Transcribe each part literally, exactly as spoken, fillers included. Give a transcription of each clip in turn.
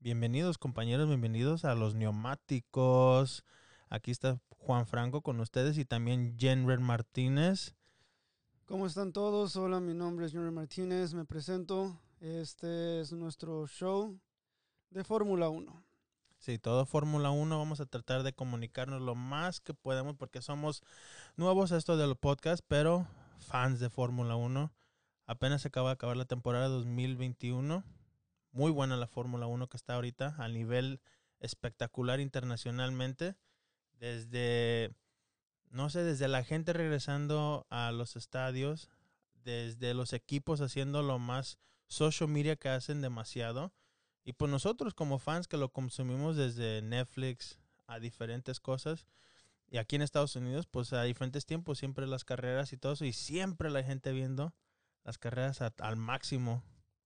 Bienvenidos compañeros, bienvenidos a los neumáticos. Aquí está Juan Franco con ustedes y también Jenner Martínez. ¿Cómo están todos? Hola, mi nombre es Junior Martínez, me presento. Este es nuestro show de Fórmula uno. Sí, todo Fórmula uno. Vamos a tratar de comunicarnos lo más que podemos porque somos nuevos a esto del podcast, pero fans de Fórmula uno. Apenas se acaba de acabar la temporada dos mil veintiuno. Muy buena la Fórmula uno que está ahorita a nivel espectacular internacionalmente. Desde, no sé, desde la gente regresando a los estadios, desde los equipos haciendo lo más social media que hacen demasiado. Y pues nosotros como fans que lo consumimos desde Netflix a diferentes cosas. Y aquí en Estados Unidos, pues a diferentes tiempos, siempre las carreras y todo eso. Y siempre la gente viendo las carreras a, al máximo.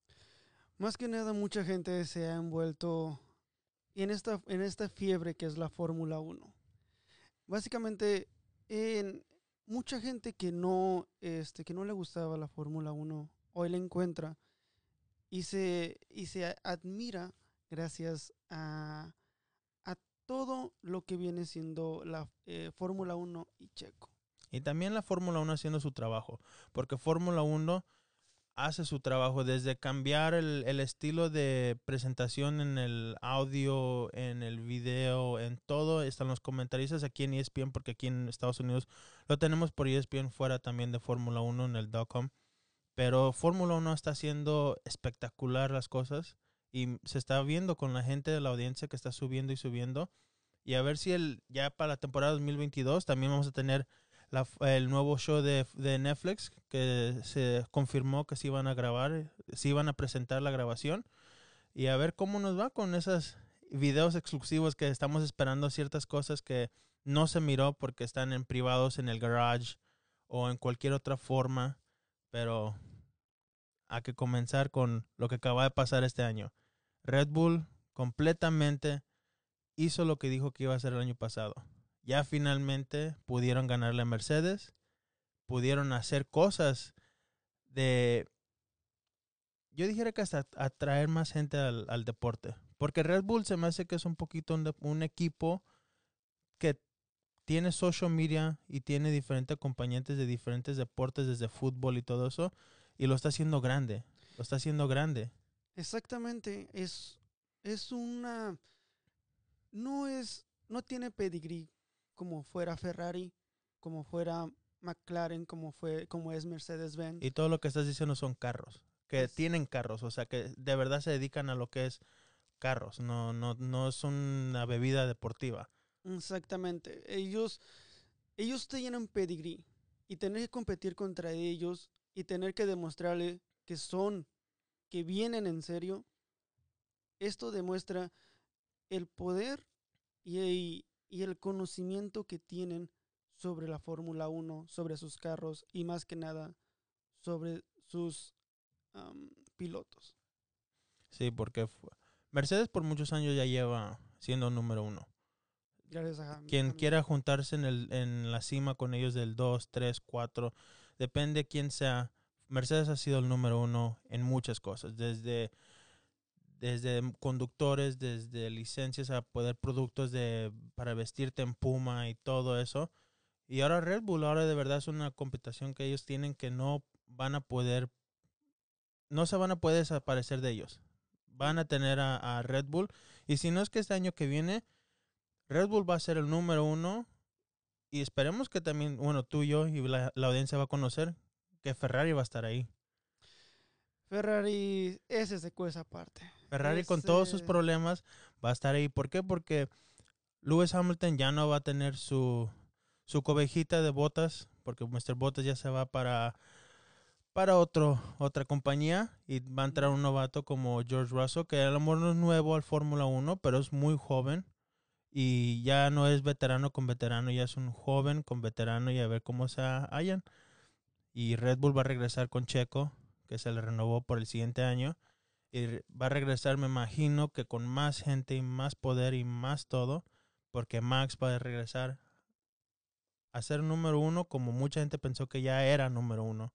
Más que nada, mucha gente se ha envuelto en esta, en esta fiebre que es la Fórmula uno. Básicamente, en mucha gente que no, este, que no le gustaba la Fórmula uno, hoy la encuentra y se, y se admira gracias a, a todo lo que viene siendo la eh, Fórmula uno y Checo. Y también la Fórmula uno haciendo su trabajo. Porque Fórmula uno hace su trabajo desde cambiar el, el estilo de presentación en el audio, en el video, en todo. Están los comentaristas aquí en E S P N, porque aquí en Estados Unidos lo tenemos por E S P N, fuera también de Fórmula uno en el .com. Pero Fórmula uno está haciendo espectacular las cosas y se está viendo con la gente de la audiencia que está subiendo y subiendo. Y a ver si el ya para la temporada dos mil veintidós también vamos a tener la, el nuevo show de, de Netflix que se confirmó que se iban a grabar, se iban a presentar la grabación. Y a ver cómo nos va con esos videos exclusivos que estamos esperando, ciertas cosas que no se miró porque están en privados en el garage o en cualquier otra forma. Pero hay que comenzar con lo que acaba de pasar este año. Red Bull completamente hizo lo que dijo que iba a hacer el año pasado. Ya finalmente pudieron ganarle a Mercedes, pudieron hacer cosas de, yo dijera que hasta atraer más gente al, al deporte. Porque Red Bull se me hace que es un poquito un, un equipo que tiene social media y tiene diferentes acompañantes de diferentes deportes, desde fútbol y todo eso, y lo está haciendo grande, lo está haciendo grande. Exactamente, es, es una, no es, no tiene pedigrí como fuera Ferrari, como fuera McLaren, como fue, como es Y Mercedes-Benz. todo lo que estás diciendo son carros, que Es tienen carros, o sea, que de verdad se dedican a lo que es carros, no, no, no es una bebida deportiva. exactamente, ellos, ellos tienen pedigrí y tener que competir contra ellos y tener que demostrarle que son, que vienen en serio, esto demuestra el poder y, y el conocimiento que tienen sobre la Fórmula uno, sobre sus carros y más que nada sobre sus um, pilotos. Sí, porque fue- Mercedes por muchos años ya lleva siendo número uno. Gracias a Quien quiera Hamilton. juntarse en, el, en la cima con ellos del dos, tres, cuatro, depende de quién sea. Mercedes ha sido el número uno en muchas cosas, desde, desde conductores, desde licencias a poder productos de, para vestirte en Puma y todo eso. Y ahora Red Bull, ahora de verdad es una competición que ellos tienen que no van a poder, no se van a poder desaparecer de ellos. Van a tener a, a Red Bull. Y si no es que este año que viene, Red Bull va a ser el número uno. Y esperemos que también, bueno, tú y yo y la, la audiencia va a conocer que Ferrari va a estar ahí. Ferrari, ese se esa parte. Ferrari con todos sus Ese, problemas va a estar ahí. ¿Por qué? Porque Lewis Hamilton ya no va a tener su, su cobejita de botas, porque mister Bottas ya se va para, para otro, otra compañía y va a entrar un novato como George Russell, que a lo mejor no es nuevo al Fórmula uno, pero es muy joven y ya no es veterano con veterano, ya es un joven con veterano y a ver cómo se hallan. Y Red Bull va a regresar con Checo, que se le renovó por el siguiente año. Y va a regresar, me imagino, que con más gente y más poder y más todo, porque Max va a regresar a ser número uno como mucha gente pensó que ya era número uno.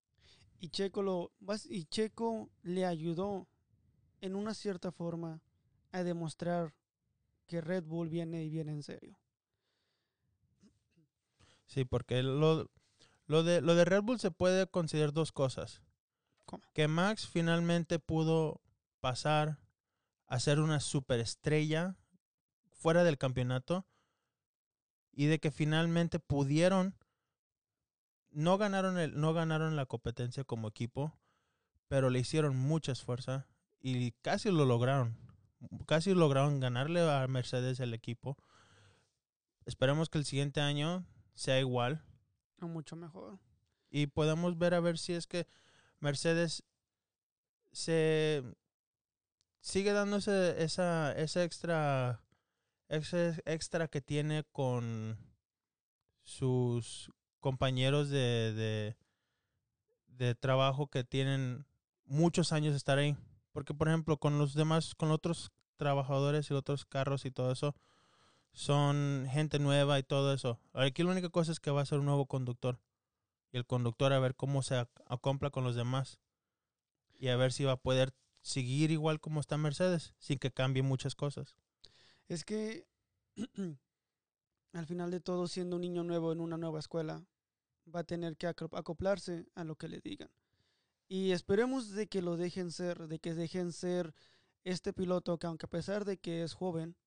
y Checo lo y Checo le ayudó en una cierta forma a demostrar que Red Bull viene y viene en serio. Sí, porque lo, lo, de, lo de Red Bull se puede considerar dos cosas. ¿Cómo? Que Max finalmente pudo pasar a ser una superestrella fuera del campeonato y de que finalmente pudieron, no ganaron, el, no ganaron la competencia como equipo, pero le hicieron mucha esfuerzo y casi lo lograron. Casi lograron ganarle a Mercedes el equipo. Esperemos que el siguiente año sea igual. O mucho mejor. Y podamos ver a ver si es que Mercedes se sigue dándose esa, esa extra, ese extra que tiene con sus compañeros de, de, de trabajo que tienen muchos años de estar ahí. Porque, por ejemplo, con los demás, con otros trabajadores y otros carros y todo eso, son gente nueva y todo eso. Aquí la única cosa es que va a ser un nuevo conductor. Y el conductor a ver cómo se acompla con los demás. Y a ver si va a poder seguir igual como está Mercedes, sin que cambie muchas cosas. Es que al final de todo, siendo un niño nuevo en una nueva escuela, va a tener que acoplarse a lo que le digan. Y esperemos de que lo dejen ser, de que dejen ser este piloto que, aunque a pesar de que es joven,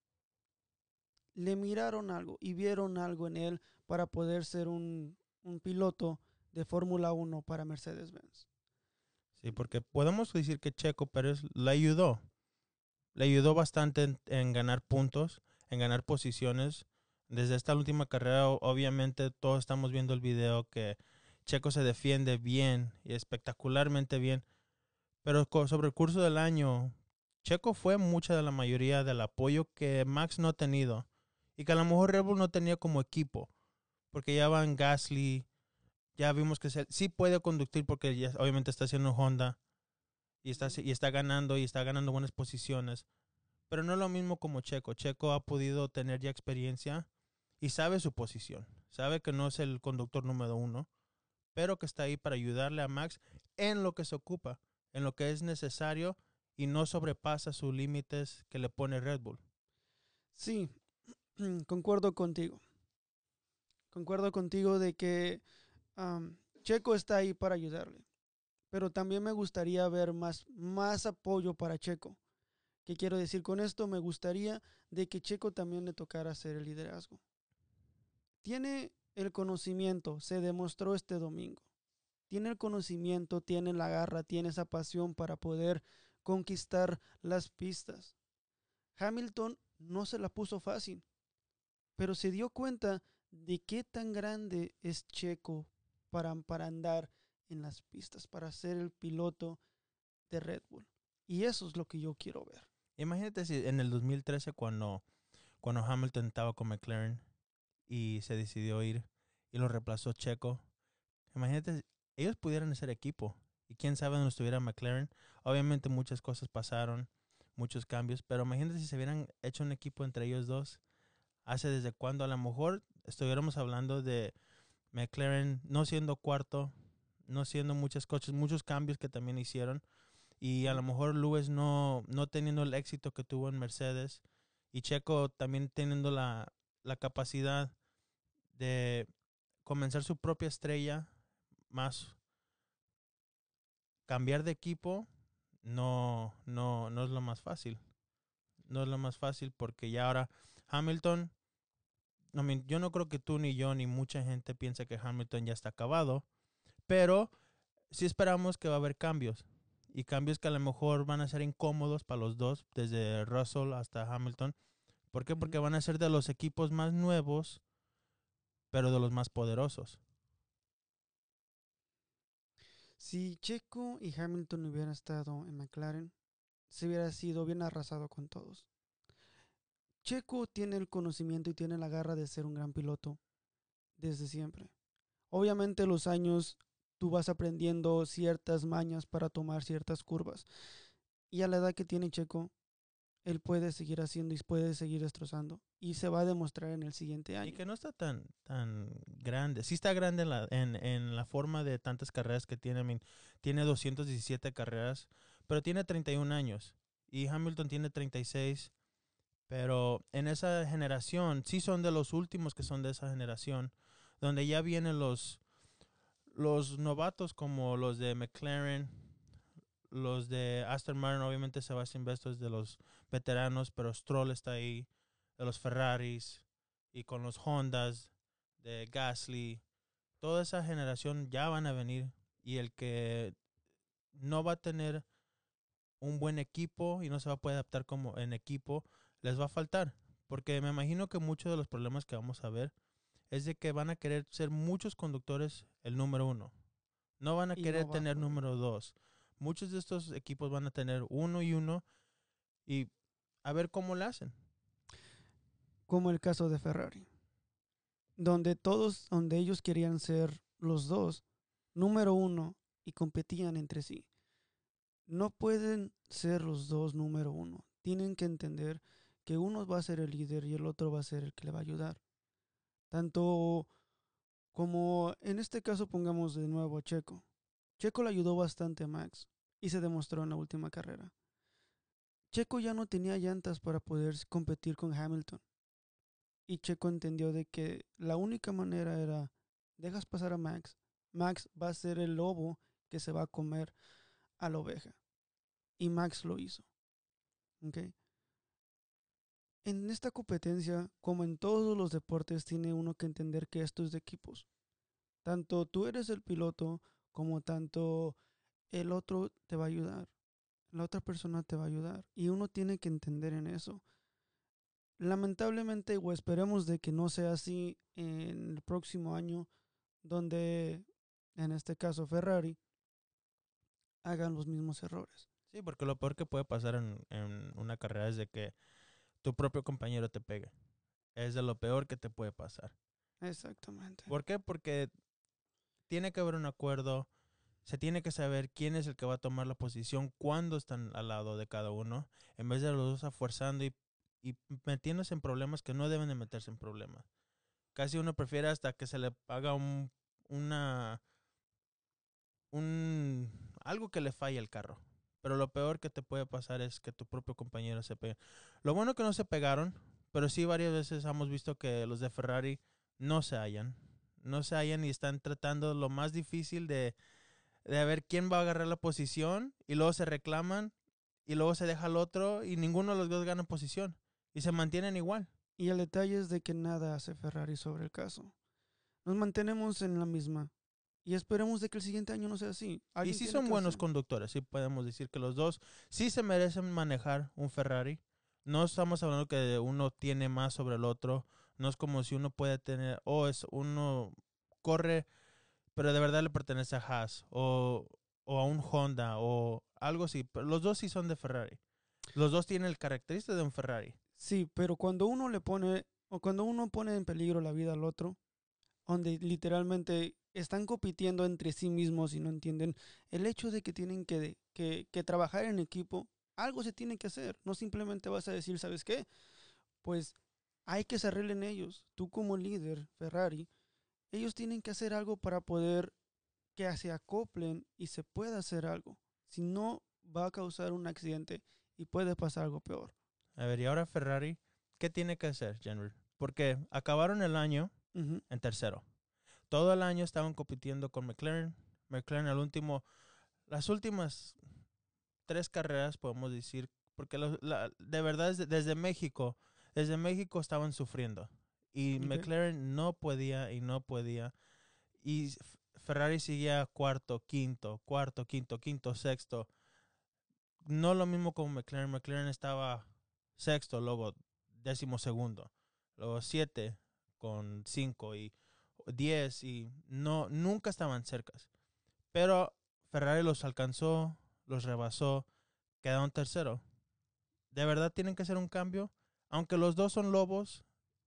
le miraron algo y vieron algo en él para poder ser un, un piloto de Fórmula uno para Mercedes-Benz. Sí, porque podemos decir que Checo Pérez le ayudó. Le ayudó bastante en, en ganar puntos, en ganar posiciones. Desde esta última carrera, obviamente, todos estamos viendo el video que Checo se defiende bien y espectacularmente bien. Pero sobre el curso del año, Checo fue mucha de la mayoría del apoyo que Max no ha tenido. Y que a lo mejor Red Bull no tenía como equipo. Porque ya van Gasly, ya vimos que se, sí puede conducir porque ya, obviamente está haciendo Honda. Y está, y está ganando y está ganando buenas posiciones. Pero no es lo mismo como Checo. Checo ha podido tener ya experiencia y sabe su posición. Sabe que no es el conductor número uno, pero que está ahí para ayudarle a Max en lo que se ocupa, en lo que es necesario y no sobrepasa sus límites que le pone Red Bull. Sí, concuerdo contigo. Concuerdo contigo de que um, Checo está ahí para ayudarle. Pero también me gustaría ver más, más apoyo para Checo. ¿Qué quiero decir con esto? Me gustaría de que Checo también le tocara hacer el liderazgo. Tiene el conocimiento, se demostró este domingo. Tiene el conocimiento, tiene la garra, tiene esa pasión para poder conquistar las pistas. Hamilton no se la puso fácil, pero se dio cuenta de qué tan grande es Checo para, para andar en las pistas, para ser el piloto de Red Bull. Y eso es lo que yo quiero ver. Imagínate si en el dos mil trece cuando, cuando Hamilton estaba con McLaren y se decidió ir y lo reemplazó Checo. Imagínate, ellos pudieran ser equipo y quién sabe dónde estuviera McLaren. Obviamente muchas cosas pasaron, muchos cambios, pero imagínate si se hubieran hecho un equipo entre ellos dos. Hace desde cuando a lo mejor estuviéramos hablando de McLaren no siendo cuarto, no siendo muchas cosas, muchos cambios que también hicieron. Y a lo mejor Lewis no, no teniendo el éxito que tuvo en Mercedes. Y Checo también teniendo la, la capacidad de comenzar su propia estrella, más cambiar de equipo, no, no, no es lo más fácil. No es lo más fácil porque ya ahora Hamilton, I mean, yo no creo que tú ni yo ni mucha gente piense que Hamilton ya está acabado, pero sí esperamos que va a haber cambios. Y cambios que a lo mejor van a ser incómodos para los dos, desde Russell hasta Hamilton. ¿Por qué? Porque van a ser de los equipos más nuevos, pero de los más poderosos. Si Checo y Hamilton hubieran estado en McLaren, se hubiera sido bien arrasado con todos. Checo tiene el conocimiento y tiene la garra de ser un gran piloto desde siempre. Obviamente los años tú vas aprendiendo ciertas mañas para tomar ciertas curvas. Y a la edad que tiene Checo, él puede seguir haciendo y puede seguir destrozando. Y se va a demostrar en el siguiente año. Y que no está tan, tan grande. Sí está grande en la, en, en la forma de tantas carreras que tiene. I mean, tiene doscientas diecisiete carreras, pero tiene treinta y un años. Y Hamilton tiene treinta y seis. Pero en esa generación, sí son de los últimos que son de esa generación, donde ya vienen los, los novatos como los de McLaren, los de Aston Martin, obviamente Sebastian Vettel es de los veteranos, pero Stroll está ahí, de los Ferraris, y con los Hondas, de Gasly, toda esa generación ya van a venir, y el que no va a tener un buen equipo y no se va a poder adaptar como en equipo, les va a faltar. Porque me imagino que muchos de los problemas que vamos a ver es de que van a querer ser muchos conductores el número uno. No van a Y querer no va a tener poder. número dos. Muchos de estos equipos van a tener uno y uno y a ver cómo lo hacen. Como el caso de Ferrari, donde todos, donde ellos querían ser los dos, número uno, y competían entre sí. No pueden ser los dos número uno. Tienen que entender que uno va a ser el líder y el otro va a ser el que le va a ayudar. Tanto como en este caso pongamos de nuevo a Checo. Checo le ayudó bastante a Max y se demostró en la última carrera. Checo ya no tenía llantas para poder competir con Hamilton. Y Checo entendió de que la única manera era, dejas pasar a Max, Max va a ser el lobo que se va a comer a la oveja. Y Max lo hizo. ¿Okay? En esta competencia, como en todos los deportes, tiene uno que entender que esto es de equipos. Tanto tú eres el piloto, como tanto el otro te va a ayudar. La otra persona te va a ayudar. Y uno tiene que entender en eso. Lamentablemente, o esperemos de que no sea así en el próximo año, donde, en este caso, Ferrari, hagan los mismos errores. Sí, porque lo peor que puede pasar en, en una carrera es de que tu propio compañero te pegue. Es de lo peor que te puede pasar. Exactamente. ¿Por qué? Porque tiene que haber un acuerdo. Se tiene que saber quién es el que va a tomar la posición, cuándo están al lado de cada uno, en vez de los dos afuerzando y, y metiéndose en problemas que no deben de meterse en problemas. Casi uno prefiere hasta que se le haga un, una, un, algo que le falle al carro. Pero lo peor que te puede pasar es que tu propio compañero se pegue. Lo bueno que no se pegaron, pero sí varias veces hemos visto que los de Ferrari no se hallan. No se hallan y están tratando lo más difícil de de ver quién va a agarrar la posición y luego se reclaman y luego se deja al otro y ninguno de los dos gana posición y se mantienen igual. Y el detalle es de que nada hace Ferrari sobre el caso. Nos mantenemos en la misma. Y esperemos de que el siguiente año no sea así. Y Alguien sí tiene son que buenos hacer. conductores, sí podemos decir que los dos sí se merecen manejar un Ferrari. No estamos hablando que uno tiene más sobre el otro, no es como si uno puede tener, o oh, es uno corre, pero de verdad le pertenece a Haas o, o a un Honda o algo así, pero los dos sí son de Ferrari. Los dos tienen el característico de un Ferrari. Sí, pero cuando uno le pone, o cuando uno pone en peligro la vida al otro, donde literalmente están compitiendo entre sí mismos y no entienden el hecho de que tienen que, que, que trabajar en equipo, algo se tiene que hacer. No simplemente vas a decir, ¿sabes qué? Pues hay que se arreglen ellos. Tú como líder, Ferrari, ellos tienen que hacer algo para poder que se acoplen y se pueda hacer algo. Si no, va a causar un accidente y puede pasar algo peor. A ver, y ahora Ferrari, ¿qué tiene que hacer, Jenner? Porque acabaron el año Uh-huh. en tercero. Todo el año estaban compitiendo con McLaren. McLaren al último, las últimas tres carreras, podemos decir, porque lo, la, de verdad desde, desde México, desde México estaban sufriendo. Y Okay. McLaren no podía y no podía. Y Ferrari seguía cuarto, quinto, cuarto, quinto, quinto, sexto. No lo mismo con McLaren. McLaren estaba sexto, luego décimo segundo, luego siete con cinco y diez y no, nunca estaban cercas. Pero Ferrari los alcanzó, los rebasó, quedaron tercero. ¿De verdad tienen que hacer un cambio? Aunque los dos son lobos.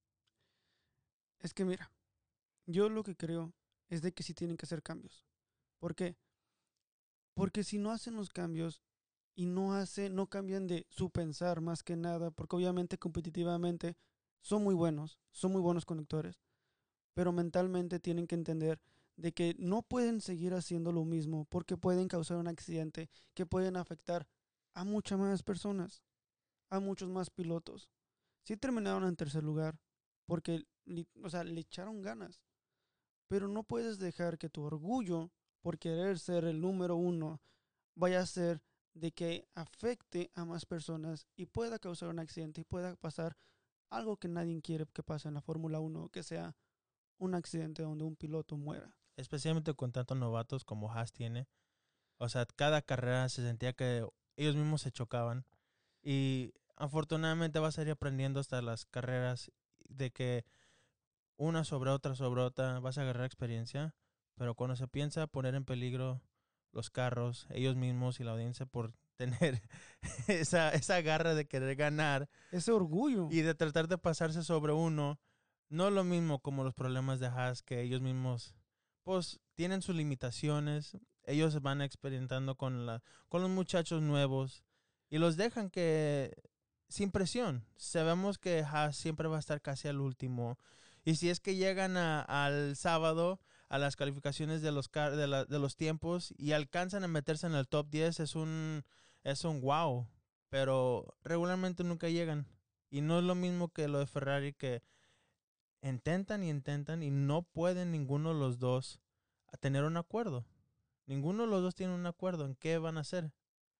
Es que mira, yo lo que creo es de que sí tienen que hacer cambios. ¿Por qué? Porque si no hacen los cambios y no hace, no cambian de su pensar más que nada, porque obviamente competitivamente son muy buenos, son muy buenos conductores, pero mentalmente tienen que entender de que no pueden seguir haciendo lo mismo porque pueden causar un accidente que pueden afectar a muchas más personas, a muchos más pilotos. Sí terminaron en tercer lugar porque, li- o sea, le echaron ganas. Pero no puedes dejar que tu orgullo por querer ser el número uno vaya a ser de que afecte a más personas y pueda causar un accidente y pueda pasar algo que nadie quiere que pase en la Fórmula uno, que sea un accidente donde un piloto muera. Especialmente con tantos novatos como Haas tiene. O sea, cada carrera se sentía que ellos mismos se chocaban. Y afortunadamente vas a ir aprendiendo hasta las carreras de que una sobre otra sobre otra vas a agarrar experiencia. Pero cuando se piensa poner en peligro los carros, ellos mismos y la audiencia por tener esa, esa garra de querer ganar Ese orgullo. y de tratar de pasarse sobre uno, no es lo mismo como los problemas de Haas, que ellos mismos pues tienen sus limitaciones, ellos van experimentando con, la, con los muchachos nuevos y los dejan que sin presión. Sabemos que Haas siempre va a estar casi al último y si es que llegan a, al sábado a las calificaciones de los, car de, la, de los tiempos y alcanzan a meterse en el top diez, es un, es un wow, pero regularmente nunca llegan. Y no es lo mismo que lo de Ferrari, que intentan y intentan y no pueden ninguno de los dos a tener un acuerdo. Ninguno de los dos tiene un acuerdo en qué van a hacer.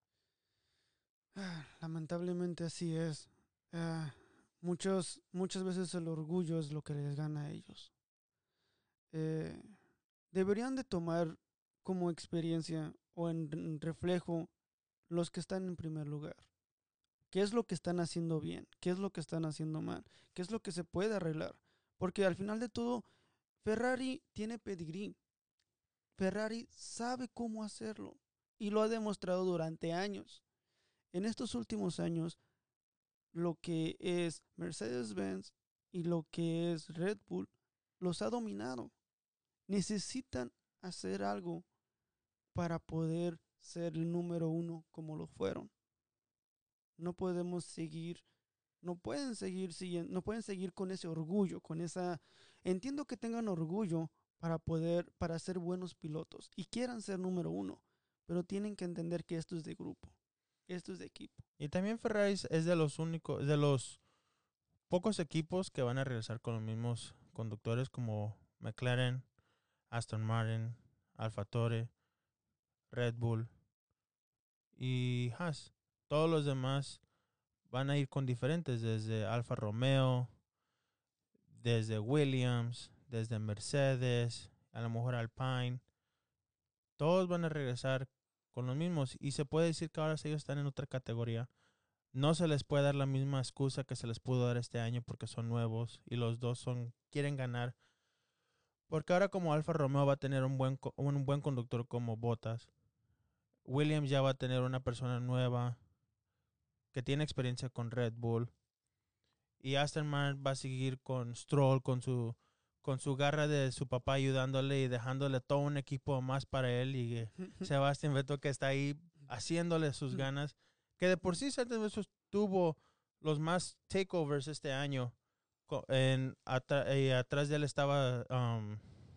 Ah, lamentablemente así es. Ah, muchos, muchas veces el orgullo es lo que les gana a ellos. Eh, Deberían de tomar como experiencia o en, en reflejo los que están en primer lugar. ¿Qué es lo que están haciendo bien? ¿Qué es lo que están haciendo mal? ¿Qué es lo que se puede arreglar? Porque al final de todo, Ferrari tiene pedigrí. Ferrari sabe cómo hacerlo y lo ha demostrado durante años. En estos últimos años, lo que es Mercedes-Benz y lo que es Red Bull los ha dominado. Necesitan hacer algo para poder ser el número uno como lo fueron. No podemos seguir, no pueden seguir siguiendo, no pueden seguir con ese orgullo, con esa. Entiendo que tengan orgullo para poder, para ser buenos pilotos y quieran ser número uno, pero tienen que entender que esto es de grupo, esto es de equipo. Y también Ferrari es de los únicos, de los pocos equipos que van a regresar con los mismos conductores como McLaren, Aston Martin, AlphaTauri, Red Bull y Haas. Todos los demás van a ir con diferentes, desde Alfa Romeo, desde Williams, desde Mercedes, a lo mejor Alpine. Todos van a regresar con los mismos y se puede decir que ahora ellos están en otra categoría. No se les puede dar la misma excusa que se les pudo dar este año porque son nuevos y los dos son quieren ganar. Porque ahora como Alfa Romeo va a tener un buen un buen conductor como Bottas, Williams ya va a tener una persona nueva que tiene experiencia con Red Bull y Aston Martin va a seguir con Stroll con su con su garra de su papá ayudándole y dejándole todo un equipo más para él y eh, Sebastián Vettel que está ahí haciéndole sus ganas, que de por sí Sebastián tuvo los más takeovers este año. En, atra, y atrás de él estaba um,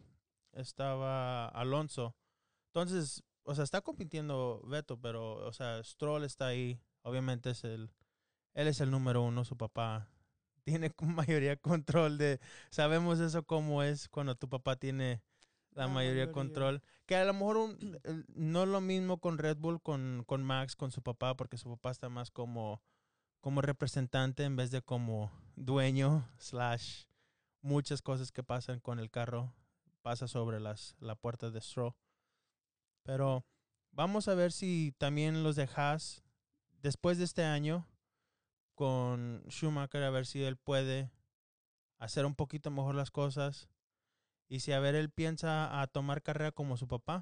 estaba Alonso. Entonces, o sea, está compitiendo Vettel, pero, o sea, Stroll está ahí. Obviamente es el, él es el número uno, su papá tiene mayoría de control de, sabemos eso cómo es cuando tu papá tiene la, La mayoría de mayoría. control, que a lo mejor un, no es lo mismo con Red Bull, con, con Max, con su papá, porque su papá está más como, como representante en vez de como dueño, slash, muchas cosas que pasan con el carro, pasa sobre las, la puerta de Stroll. Pero vamos a ver si también los de Haas, después de este año, con Schumacher, a ver si él puede hacer un poquito mejor las cosas y si a ver él piensa a tomar carrera como su papá.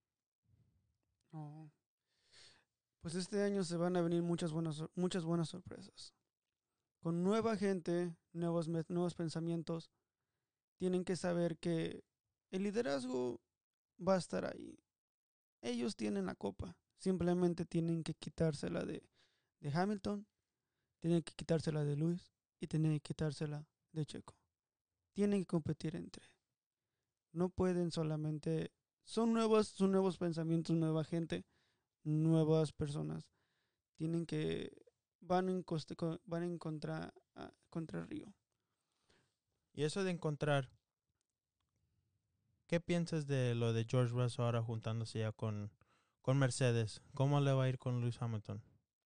Oh. Pues este año se van a venir muchas buenas, muchas buenas sorpresas. Con nueva gente, nuevos, nuevos pensamientos, tienen que saber que el liderazgo va a estar ahí. Ellos tienen la copa, simplemente tienen que quitársela de, de Hamilton, tienen que quitársela de Luis y tienen que quitársela de Checo. Tienen que competir entre. No pueden solamente. Son nuevos, son nuevos pensamientos, nueva gente, nuevas personas. Tienen que. Van en, coste, van en contra a- contra el río. Y eso de encontrar, ¿qué piensas de lo de George Russell ahora juntándose ya con, con Mercedes? ¿Cómo le va a ir con Lewis Hamilton?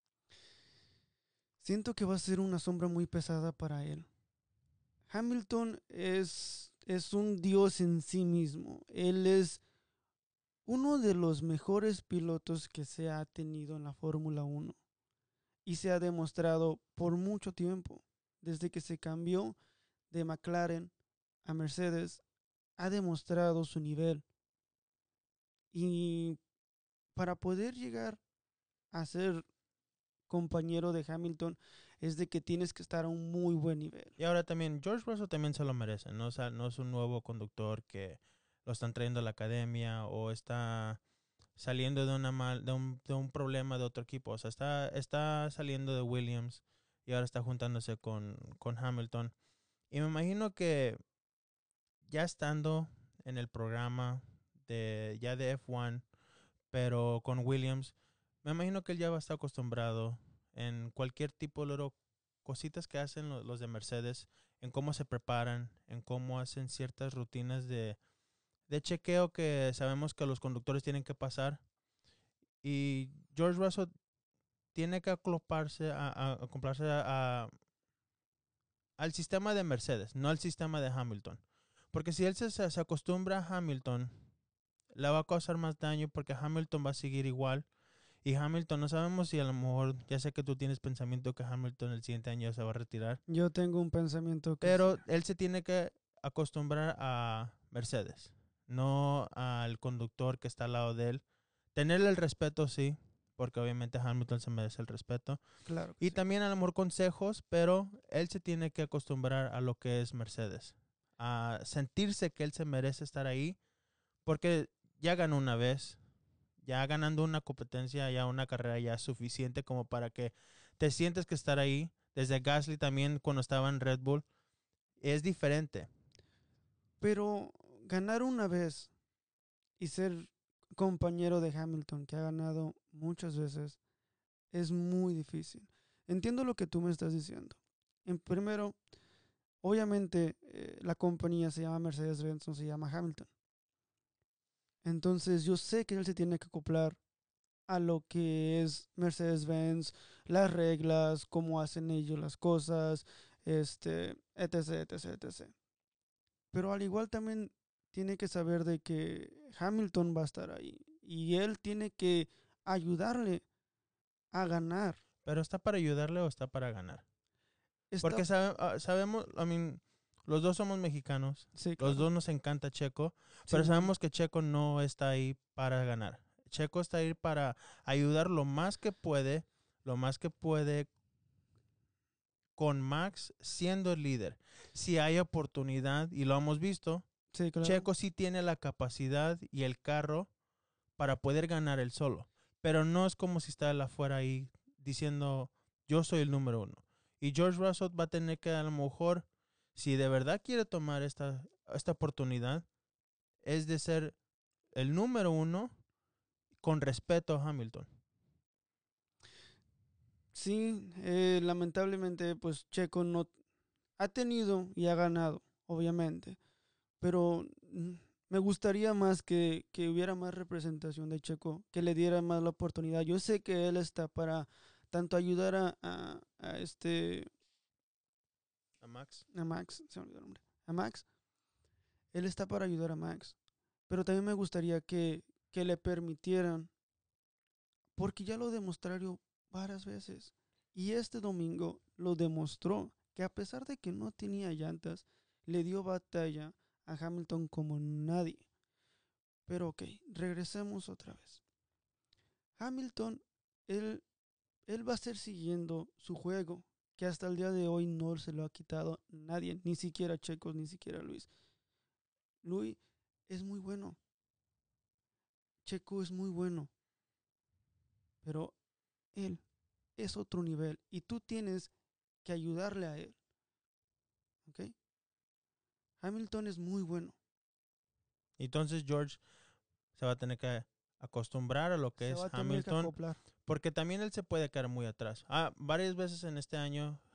Siento que va a ser una sombra muy pesada para él. Hamilton es, es un dios en sí mismo. Él es uno de los mejores pilotos que se ha tenido en la Fórmula uno y se ha demostrado por mucho tiempo. Desde que se cambió de McLaren a Mercedes, ha demostrado su nivel. Y para poder llegar a ser compañero de Hamilton es de que tienes que estar a un muy buen nivel. Y ahora también, George Russell también se lo merece, ¿no? O sea, no es un nuevo conductor que lo están trayendo a la academia o está saliendo de una mal, de un, de un problema de otro equipo. O sea, está, está saliendo de Williams y ahora está juntándose con, con Hamilton. Y me imagino que ya estando en el programa de ya de F uno, pero con Williams, me imagino que él ya va a estar acostumbrado en cualquier tipo de cositas que hacen los, los de Mercedes, en cómo se preparan, en cómo hacen ciertas rutinas de, de chequeo que sabemos que los conductores tienen que pasar. Y George Russell tiene que acoplarse a, a, acoplarse a, a, al sistema de Mercedes, no al sistema de Hamilton. Porque si él se, se acostumbra a Hamilton, le va a causar más daño porque Hamilton va a seguir igual. Y Hamilton, no sabemos si a lo mejor, ya sé que tú tienes pensamiento que Hamilton el siguiente año se va a retirar. Yo tengo un pensamiento que Pero sí. él se tiene que acostumbrar a Mercedes, no al conductor que está al lado de él. Tenerle el respeto, sí, porque obviamente Hamilton se merece el respeto. Claro que Y sí. también a lo mejor consejos, pero él se tiene que acostumbrar a lo que es Mercedes. A sentirse que él se merece estar ahí, porque ya ganó una vez. Ya ganando una competencia, ya una carrera ya es suficiente como para que te sientes que estar ahí. Desde Gasly también cuando estaba en Red Bull, es diferente. Pero ganar una vez y ser compañero de Hamilton, que ha ganado muchas veces, es muy difícil. Entiendo lo que tú me estás diciendo. En primero, obviamente eh, la compañía se llama Mercedes-Benz, no se llama Hamilton. Entonces yo sé que él se tiene que acoplar a lo que es Mercedes-Benz, las reglas, cómo hacen ellos las cosas, este, etc, etc, etc. Pero al igual también tiene que saber de que Hamilton va a estar ahí y él tiene que ayudarle a ganar. Pero ¿está para ayudarle o está para ganar? Está, Porque sabe, uh, sabemos, I mean, los dos somos mexicanos, sí, los claro. dos nos encanta Checo, pero Simón. sabemos que Checo no está ahí para ganar. Checo está ahí para ayudar lo más que puede, lo más que puede con Max siendo el líder. Si hay oportunidad, y lo hemos visto, Sí, claro. Checo sí tiene la capacidad y el carro para poder ganar él solo. Pero no es como si está él afuera ahí diciendo, yo soy el número uno. Y George Russell va a tener que a lo mejor, si de verdad quiere tomar esta, esta oportunidad, es de ser el número uno con respeto a Hamilton. Sí, eh, lamentablemente pues Checo no ha tenido y ha ganado, obviamente, pero mm, me gustaría más que, que hubiera más representación de Checo, que le diera más la oportunidad. Yo sé que él está para tanto ayudar a, a, a este, A Max. a Max, se me olvidó el nombre, a Max, él está para ayudar a Max, pero también me gustaría que, que le permitieran, porque ya lo demostraron varias veces, y este domingo lo demostró, que a pesar de que no tenía llantas, le dio batalla a Hamilton como nadie. Pero ok, regresemos otra vez. Hamilton, él, él va a estar siguiendo su juego, que hasta el día de hoy no se lo ha quitado nadie, ni siquiera Checo, ni siquiera Luis. Luis es muy bueno. Checo es muy bueno. Pero él es otro nivel y tú tienes que ayudarle a él. ¿Ok? Hamilton es muy bueno. Entonces George se va a tener que acostumbrar a lo que Se es va a tener que Hamilton, acoplar. porque también él se puede quedar muy atrás. Ah, varias veces en este año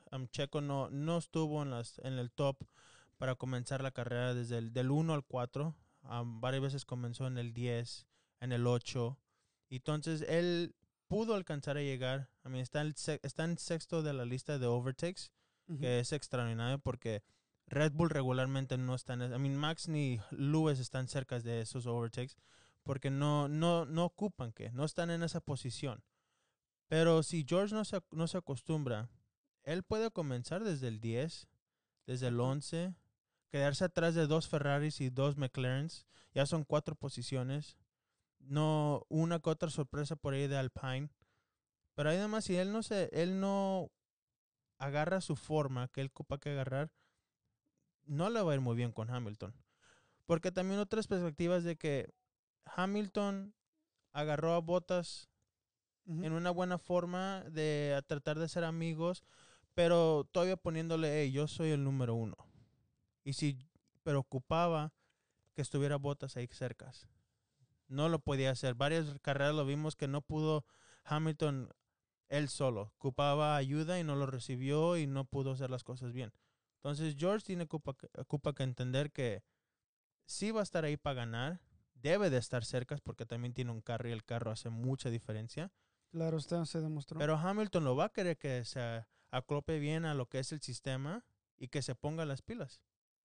Um, Checo no, no estuvo en, las, en el top para comenzar la carrera desde el del uno al cuatro. Um, varias veces comenzó en el diez, en el ocho. Entonces, él pudo alcanzar a llegar. I mean, está, el se- está en sexto de la lista de overtakes, Ujú. que es extraordinario porque Red Bull regularmente no están. I mean, Max ni Lewis están cerca de esos overtakes porque no, no, no ocupan que, no están en esa posición. Pero si George no se, no se acostumbra, él puede comenzar desde el diez, desde el Exacto. once, quedarse atrás de dos Ferraris y dos McLarens. Ya son cuatro posiciones. No, una que otra sorpresa por ahí de Alpine. Pero además, si él no se, él no agarra su forma que él ocupa que agarrar, no le va a ir muy bien con Hamilton. Porque también otras perspectivas de que Hamilton agarró a Bottas Ujú. en una buena forma de a tratar de ser amigos, pero todavía poniéndole, hey, yo soy el número uno. Y si preocupaba que estuviera Bottas ahí cerca. No lo podía hacer. Varias carreras lo vimos que no pudo Hamilton él solo. Ocupaba ayuda y no lo recibió y no pudo hacer las cosas bien. Entonces George tiene ocupa, ocupa que entender que sí va a estar ahí para ganar. Debe de estar cerca porque también tiene un carro y el carro hace mucha diferencia. Claro, está, se demostró. Pero Hamilton lo va a querer que se aclope bien a lo que es el sistema y que se ponga las pilas.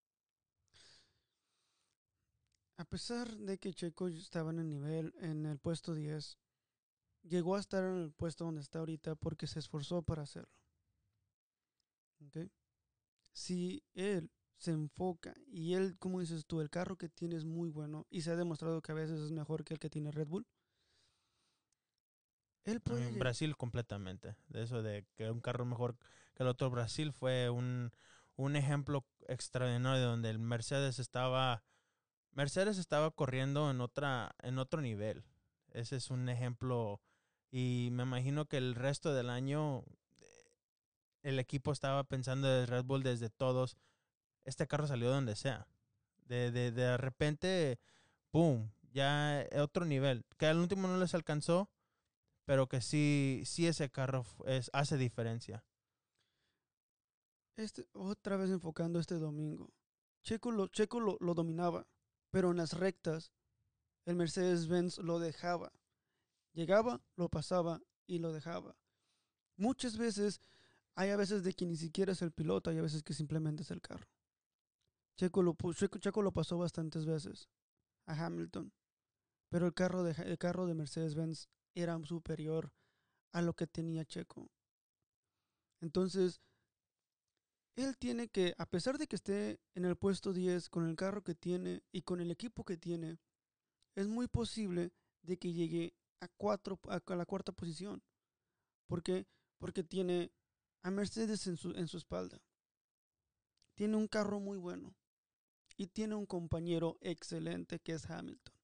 A pesar de que Checo estaba en el nivel, en el puesto diez, llegó a estar en el puesto donde está ahorita porque se esforzó para hacerlo. ¿Ok? Si él se enfoca y él, como dices tú, el carro que tiene es muy bueno y se ha demostrado que a veces es mejor que el que tiene Red Bull, él A puede mí, llegar. Brasil completamente. De eso de que un carro mejor que el otro. Brasil fue un, un ejemplo extraordinario donde el Mercedes estaba Mercedes estaba corriendo en otra en otro nivel. Ese es un ejemplo y me imagino que el resto del año el equipo estaba pensando de Red Bull desde todos. Este carro salió de donde sea. De, de, de repente, boom, ya otro nivel. Que al último no les alcanzó, pero que sí, sí ese carro es, hace diferencia. Este, otra vez enfocando este domingo. Checo lo, Checo lo, lo dominaba, pero en las rectas el Mercedes-Benz lo dejaba. Llegaba, lo pasaba y lo dejaba. Muchas veces, hay a veces de que ni siquiera es el piloto, hay a veces que simplemente es el carro. Checo lo, Checo, Checo lo pasó bastantes veces a Hamilton, pero el carro de, el carro de Mercedes-Benz era superior a lo que tenía Checo. Entonces, él tiene que, a pesar de que esté en el puesto diez con el carro que tiene y con el equipo que tiene, es muy posible de que llegue a, cuatro, a la cuarta posición. ¿Por qué? Porque tiene a Mercedes en su, en su espalda. Tiene un carro muy bueno y tiene un compañero excelente que es Hamilton.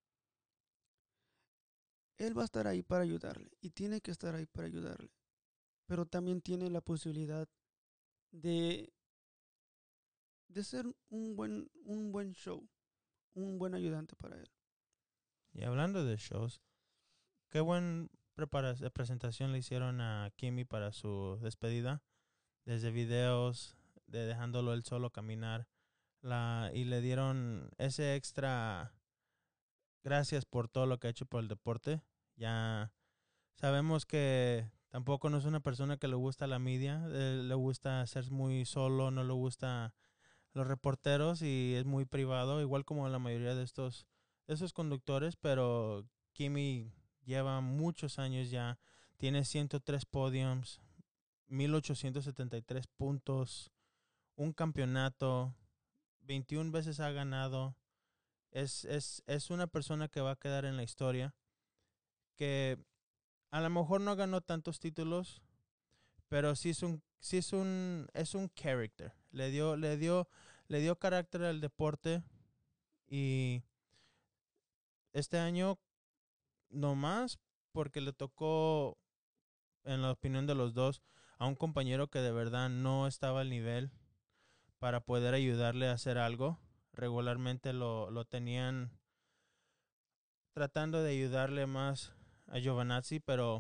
Él va a estar ahí para ayudarle y tiene que estar ahí para ayudarle. Pero también tiene la posibilidad de, de ser un buen, un buen show, un buen ayudante para él. Y hablando de shows, qué buena presentación le hicieron a Kimi para su despedida. Desde videos, de dejándolo él solo caminar. La, y le dieron ese extra gracias por todo lo que ha hecho por el deporte. Ya sabemos que tampoco no es una persona que le gusta la media, eh, le gusta ser muy solo, no le gusta los reporteros y es muy privado, igual como la mayoría de estos de esos conductores, pero Kimi lleva muchos años ya, tiene ciento tres podiums, mil ochocientos setenta y tres puntos, un campeonato, veintiuna veces ha ganado. Es, es, es una persona que va a quedar en la historia, que a lo mejor no ganó tantos títulos, pero sí es un, sí es un, es un character. Le dio, le dio, le dio carácter al deporte y este año no más porque le tocó, en la opinión de los dos, a un compañero que de verdad no estaba al nivel para poder ayudarle a hacer algo. Regularmente lo, lo tenían tratando de ayudarle más a Giovinazzi, pero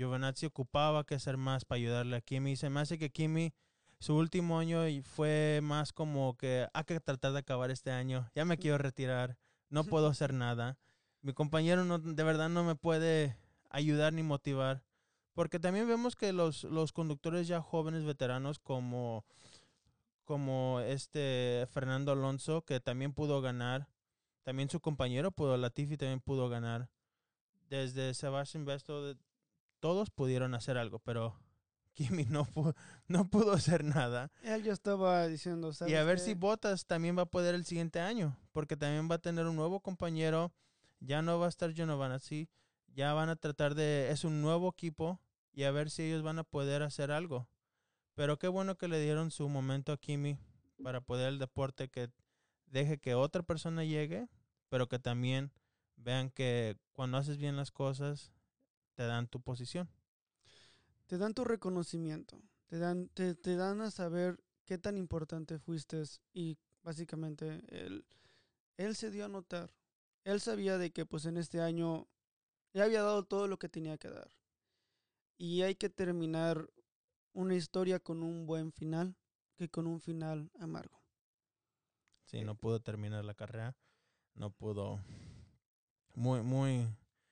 Giovinazzi ocupaba que hacer más para ayudarle a Kimi. Se me hace que Kimi, su último año fue más como que hay que tratar de acabar este año. Ya me quiero retirar. No puedo hacer nada. Mi compañero no, de verdad no me puede ayudar ni motivar. Porque también vemos que los, los conductores ya jóvenes, veteranos, como, como este Fernando Alonso, que también pudo ganar. También su compañero pudo, Latifi también pudo ganar. Desde Sebastian Vettel, todos pudieron hacer algo, pero Kimi no pudo, no pudo hacer nada. Él ya estaba diciendo, Y ¿sabes a ver qué? si Bottas también va a poder el siguiente año, porque también va a tener un nuevo compañero. Ya no va a estar Giovinazzi, ya van a tratar de, es un nuevo equipo y a ver si ellos van a poder hacer algo. Pero qué bueno que le dieron su momento a Kimi para poder el deporte, que deje que otra persona llegue, pero que también vean que cuando haces bien las cosas te dan tu posición. Te dan tu reconocimiento, te dan, te, te dan a saber qué tan importante fuiste y básicamente él, él se dio a notar. Él sabía de que pues en este año ya había dado todo lo que tenía que dar. Y hay que terminar una historia con un buen final que con un final amargo. Sí, no pudo terminar la carrera, no pudo, muy, muy,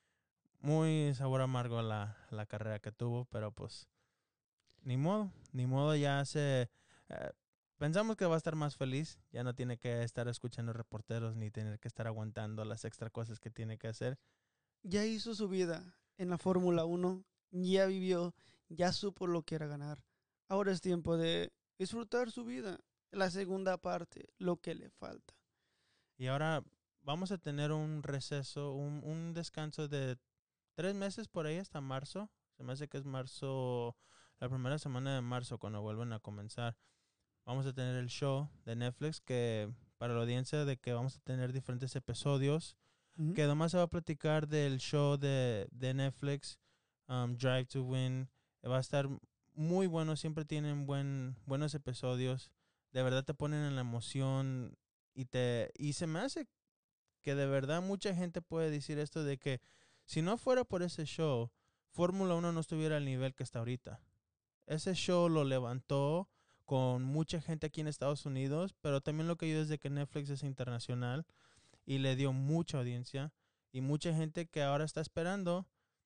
muy sabor amargo la, la carrera que tuvo, pero pues ni modo, ni modo, ya se, eh, pensamos que va a estar más feliz, ya no tiene que estar escuchando reporteros ni tener que estar aguantando las extra cosas que tiene que hacer. Ya hizo su vida en la Fórmula uno, ya vivió, ya supo lo que era ganar. Ahora es tiempo de disfrutar su vida, la segunda parte, lo que le falta. Y ahora vamos a tener un receso, un, un descanso de tres meses por ahí hasta marzo. Se me hace que es marzo, la primera semana de marzo cuando vuelven a comenzar. Vamos a tener el show de Netflix, que para la audiencia de que vamos a tener diferentes episodios, Uh-huh. que además se va a platicar del show de, de Netflix, um, Drive to Win. Va a estar muy bueno, siempre tienen buen, buenos episodios. De verdad te ponen en la emoción y te y se me hace que de verdad mucha gente puede decir esto de que si no fuera por ese show, Fórmula uno no estuviera al nivel que está ahorita. Ese show lo levantó con mucha gente aquí en Estados Unidos, pero también lo que ayuda es de que Netflix es internacional y le dio mucha audiencia y mucha gente que ahora está esperando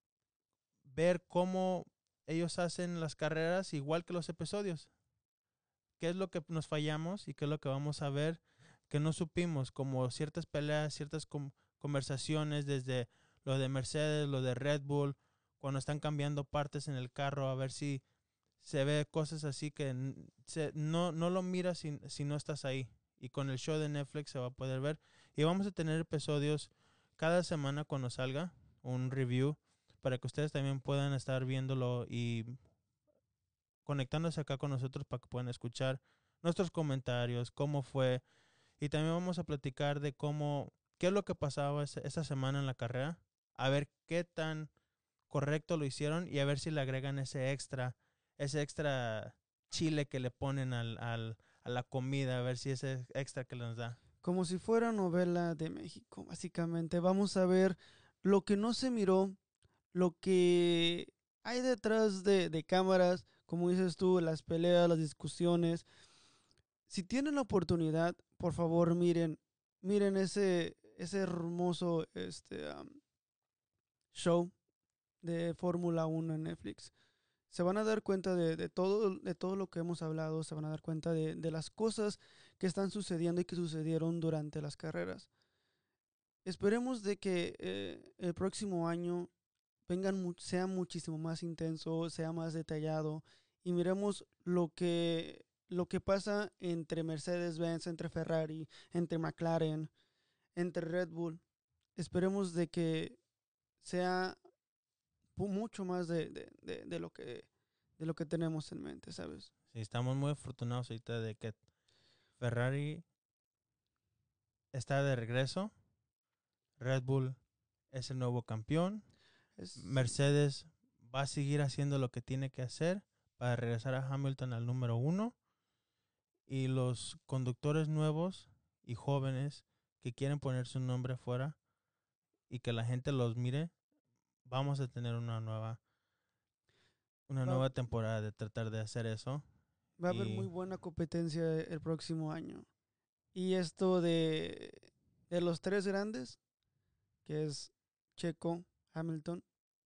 ver cómo ellos hacen las carreras igual que los episodios. ¿Qué es lo que nos fallamos y qué es lo que vamos a ver que no supimos? Como ciertas peleas, ciertas com- conversaciones desde lo de Mercedes, lo de Red Bull, cuando están cambiando partes en el carro, a ver si se ve cosas así que n- se, no, no lo miras si, si no estás ahí. Y con el show de Netflix se va a poder ver. Y vamos a tener episodios cada semana cuando salga, un review, para que ustedes también puedan estar viéndolo y conectándose acá con nosotros para que puedan escuchar nuestros comentarios, cómo fue. Y también vamos a platicar de cómo, qué es lo que pasaba esa, esa semana en la carrera, a ver qué tan correcto lo hicieron y a ver si le agregan ese extra, ese extra chile que le ponen al, al, a la comida, a ver si ese extra que les da. Como si fuera novela de México, básicamente. Vamos a ver lo que no se miró, lo que hay detrás de, de cámaras, como dices tú, las peleas, las discusiones. Si tienen la oportunidad, por favor, miren, miren ese, ese hermoso este, um, show de Fórmula uno en Netflix. Se van a dar cuenta de, de, todo, de todo lo que hemos hablado, se van a dar cuenta de, de las cosas que están sucediendo y que sucedieron durante las carreras. Esperemos de que eh, el próximo año vengan mu- sea muchísimo más intenso, sea más detallado y miremos lo que lo que pasa entre Mercedes-Benz, entre Ferrari, entre McLaren, entre Red Bull. Esperemos de que sea pu- mucho más de, de, de, de lo que de lo que tenemos en mente, ¿sabes? Sí, estamos muy afortunados ahorita de que Ferrari está de regreso, Red Bull es el nuevo campeón, Es, sí. Mercedes va a seguir haciendo lo que tiene que hacer para regresar a Hamilton al número uno y los conductores nuevos y jóvenes que quieren poner su nombre afuera y que la gente los mire, vamos a tener una nueva una Va- nueva temporada de tratar de hacer eso. Va a haber Y- muy buena competencia el próximo año. Y esto de, de los tres grandes, que es Checo, Hamilton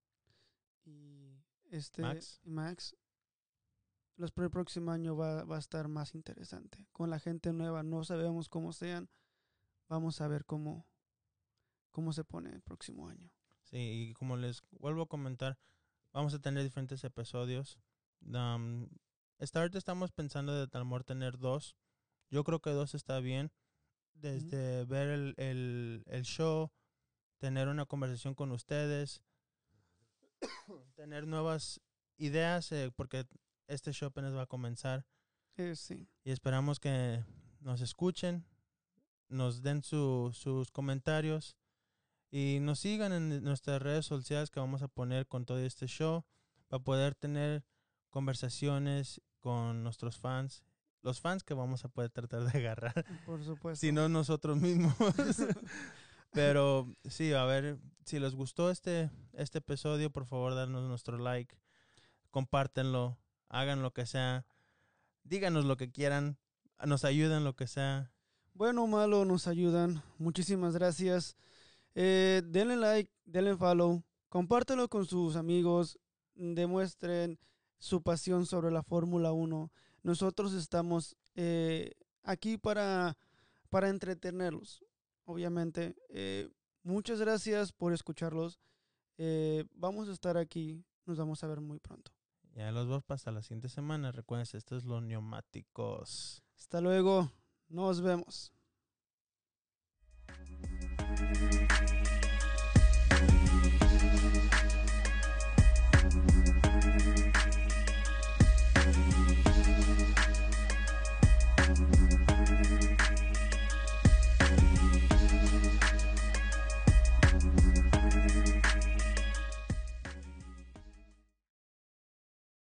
y este Max. y Max, los por el próximo año va, va a estar más interesante. Con la gente nueva, no sabemos cómo sean. Vamos a ver cómo, cómo se pone el próximo año. Sí, y como les vuelvo a comentar, vamos a tener diferentes episodios. Um, esta ahorita estamos pensando de tal amor tener dos. Yo creo que dos está bien. Desde ver el, el, el show, tener una conversación con ustedes, tener nuevas ideas, eh, porque este show apenas va a comenzar. Eh, sí. Y esperamos que nos escuchen, nos den su, sus comentarios y nos sigan en nuestras redes sociales que vamos a poner con todo este show para poder tener conversaciones con nuestros fans, los fans que vamos a poder tratar de agarrar, Por supuesto. si no nosotros mismos. Pero sí, a ver, si les gustó este, este episodio, por favor, darnos nuestro like, compártenlo, hagan lo que sea, díganos lo que quieran, nos ayuden lo que sea. Bueno o malo, nos ayudan. Muchísimas gracias. Eh, denle like, denle follow, compártelo con sus amigos, demuestren su pasión sobre la Fórmula uno. Nosotros estamos eh, aquí para, para entretenerlos, obviamente. Eh, muchas gracias por escucharlos. Eh, vamos a estar aquí, nos vamos a ver muy pronto. Ya los veo hasta la siguiente semana. Recuerden, esto es Los Neumáticos. Hasta luego, nos vemos.